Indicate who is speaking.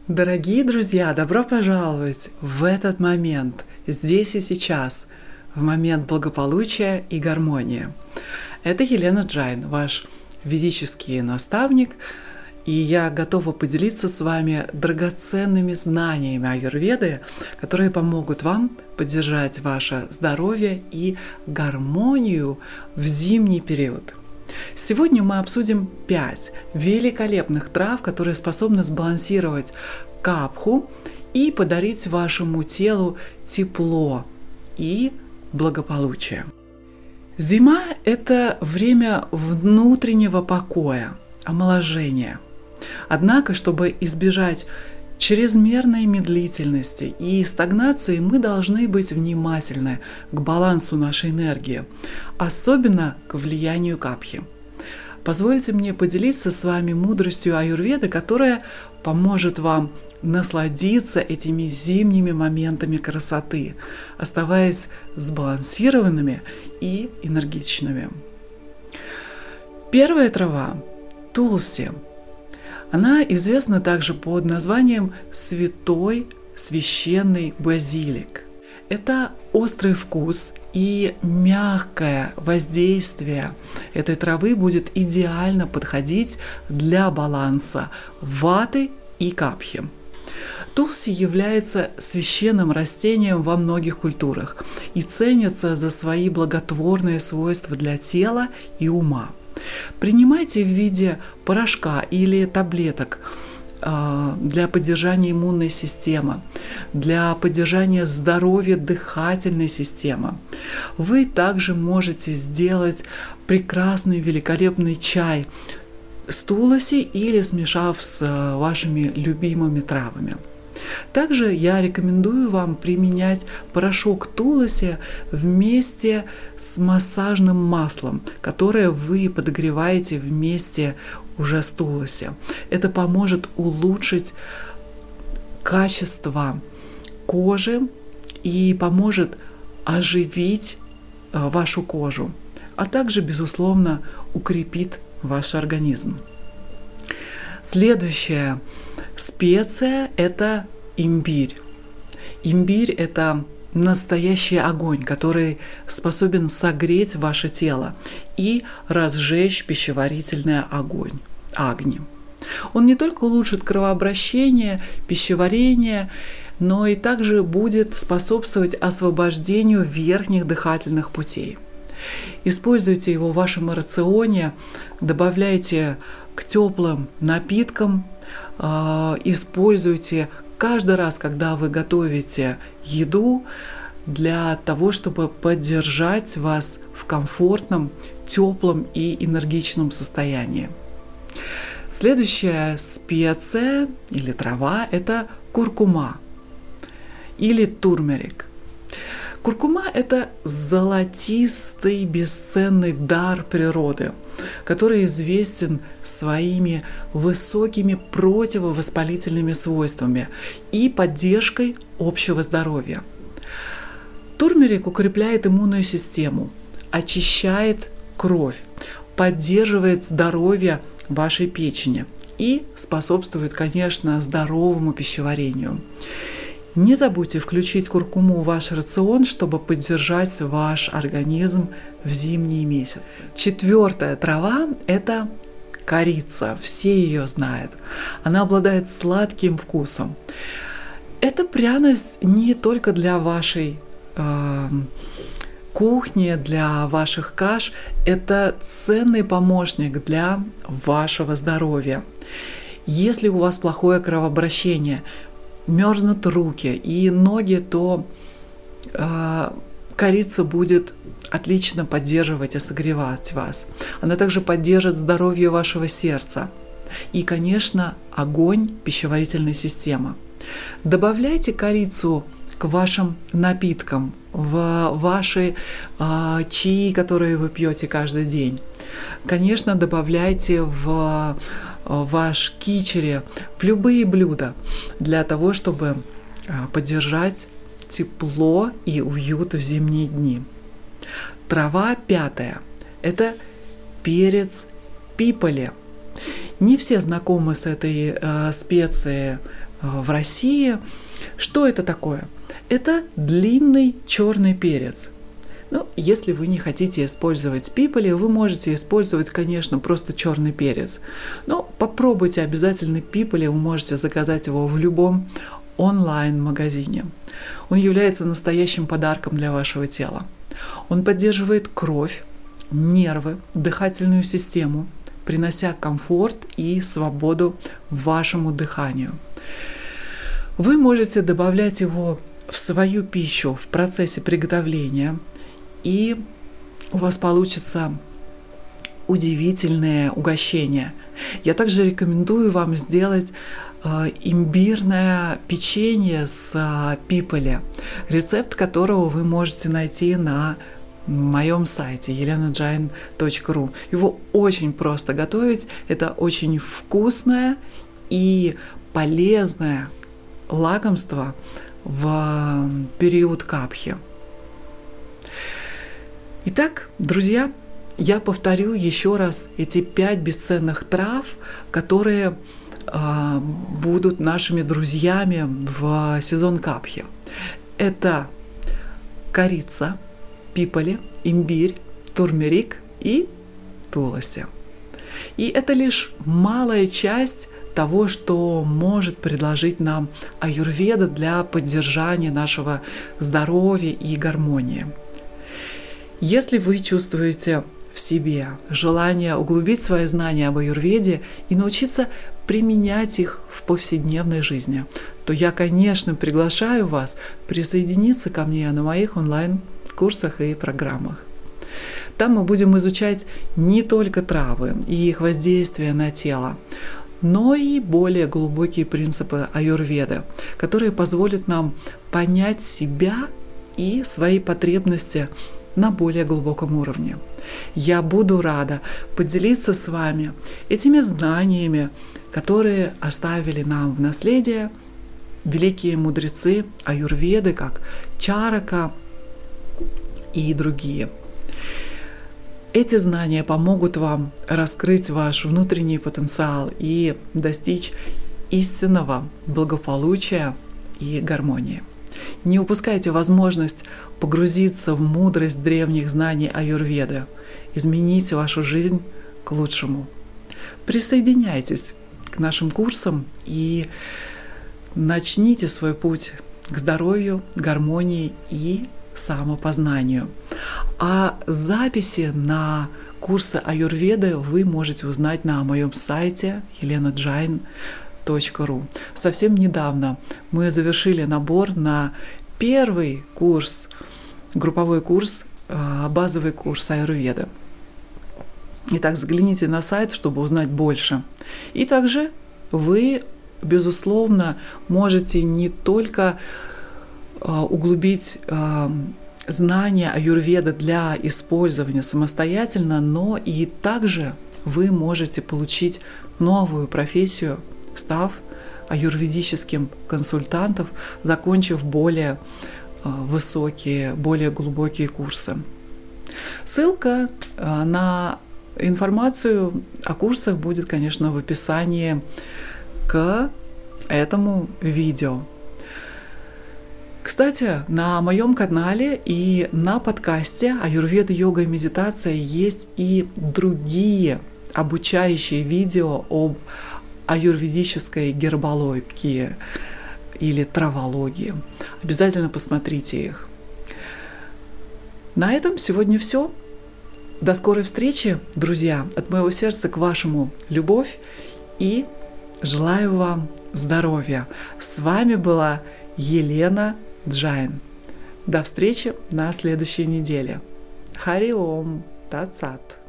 Speaker 1: Дорогие друзья, добро пожаловать в этот момент, здесь и сейчас, в момент благополучия и гармонии. Это Елена Джайн, ваш ведический наставник, и я готова поделиться с вами драгоценными знаниями аюрведы, которые помогут вам поддержать ваше здоровье и гармонию в зимний период. Сегодня мы обсудим 5 великолепных трав, которые способны сбалансировать капху и подарить вашему телу тепло и благополучие. Зима – это время внутреннего покоя, омоложения. Однако, чтобы избежать чрезмерной медлительности и стагнации, мы должны быть внимательны к балансу нашей энергии, особенно к влиянию капхи. Позвольте мне поделиться с вами мудростью аюрведы, которая поможет вам насладиться этими зимними моментами красоты, оставаясь сбалансированными и энергичными. Первая трава – тулси. Она известна также под названием святой священный базилик. Это острый вкус и мягкое воздействие этой травы будет идеально подходить для баланса ваты и капхи. Тулси является священным растением во многих культурах и ценится за свои благотворные свойства для тела и ума. Принимайте в виде порошка или таблеток для поддержания иммунной системы, для поддержания здоровья дыхательной системы. Вы также можете сделать прекрасный, великолепный чай с тулси или смешав с вашими любимыми травами. Также я рекомендую вам применять порошок тулси вместе с массажным маслом, которое вы подогреваете вместе уже с тулси. Это поможет улучшить качество кожи и поможет оживить вашу кожу, а также, безусловно, укрепит ваш организм. Следующая специя – это имбирь. Имбирь – это настоящий огонь, который способен согреть ваше тело и разжечь пищеварительный огонь, агни. Он не только улучшит кровообращение, пищеварение, но и также будет способствовать освобождению верхних дыхательных путей. Используйте его в вашем рационе, добавляйте к теплым напиткам, используйте каждый раз, когда вы готовите еду, для того, чтобы поддержать вас в комфортном, теплом и энергичном состоянии. Следующая специя или трава – это куркума или турмерик. Куркума – это золотистый бесценный дар природы, который известен своими высокими противовоспалительными свойствами и поддержкой общего здоровья. Турмерик укрепляет иммунную систему, очищает кровь, поддерживает здоровье вашей печени и способствует, конечно, здоровому пищеварению. Не забудьте включить куркуму в ваш рацион, чтобы поддержать ваш организм в зимние месяцы. Четвертая трава – это корица. Все ее знают. Она обладает сладким вкусом. Эта пряность не только для вашей кухни, для ваших каш. Это ценный помощник для вашего здоровья. Если у вас плохое кровообращение, мерзнут руки и ноги, то корица будет отлично поддерживать и согревать вас. Она также поддержит здоровье вашего сердца и, конечно, огонь пищеварительной системы. Добавляйте корицу к вашим напиткам, в ваши чаи, которые вы пьете каждый день. Конечно, добавляйте в ваш кичери, в любые блюда для того, чтобы поддержать тепло и уют в зимние дни. Трава пятая – это перец пиполи. Не все знакомы с этой специей в России. Что это такое? Это длинный черный перец. Ну, если вы не хотите использовать пиполи, вы можете использовать, конечно, просто черный перец. Но попробуйте обязательно пиполи, вы можете заказать его в любом онлайн-магазине. Он является настоящим подарком для вашего тела. Он поддерживает кровь, нервы, дыхательную систему, принося комфорт и свободу вашему дыханию. Вы можете добавлять его в свою пищу в процессе приготовления, и у вас получится удивительное угощение. Я также рекомендую вам сделать имбирное печенье с пиполи, рецепт которого вы можете найти на моем сайте elenajain.ru. Его очень просто готовить, это очень вкусное и полезное лакомство в период капхи. Итак, друзья, я повторю еще раз эти 5 бесценных трав, которые будут нашими друзьями в сезон капхи. Это корица, пиполи, имбирь, турмерик и туласи. И это лишь малая часть того, что может предложить нам аюрведа для поддержания нашего здоровья и гармонии. Если вы чувствуете в себе желание углубить свои знания об аюрведе и научиться применять их в повседневной жизни, то я, конечно, приглашаю вас присоединиться ко мне на моих онлайн-курсах и программах. Там мы будем изучать не только травы и их воздействие на тело, но и более глубокие принципы аюрведы, которые позволят нам понять себя и свои потребности на более глубоком уровне. Я буду рада поделиться с вами этими знаниями, которые оставили нам в наследие великие мудрецы аюрведы, как Чарака и другие. Эти знания помогут вам раскрыть ваш внутренний потенциал и достичь истинного благополучия и гармонии. Не упускайте возможность погрузиться в мудрость древних знаний аюрведы, изменить вашу жизнь к лучшему. Присоединяйтесь к нашим курсам и начните свой путь к здоровью, гармонии и самопознанию. А записи на курсы аюрведы вы можете узнать на моем сайте elenajain.ru. Совсем недавно мы завершили набор на первый курс, групповой курс, базовый курс аюрведы. Итак, взгляните на сайт, чтобы узнать больше. И также вы, безусловно, можете не только углубить знания аюрведы для использования самостоятельно, но и также вы можете получить новую профессию, став аюрведическим консультантом, закончив более высокие, более глубокие курсы. Ссылка на информацию о курсах будет, конечно, в описании к этому видео. Кстати, на моем канале и на подкасте «Аюрведа, йога и медитация» есть и другие обучающие видео об аюрведической гербологии или травологии. Обязательно посмотрите их. На этом сегодня все. До скорой встречи, друзья. От моего сердца к вашему любовь и желаю вам здоровья. С вами была Елена Джайн. До встречи на следующей неделе. Хари Ом Тат Сат.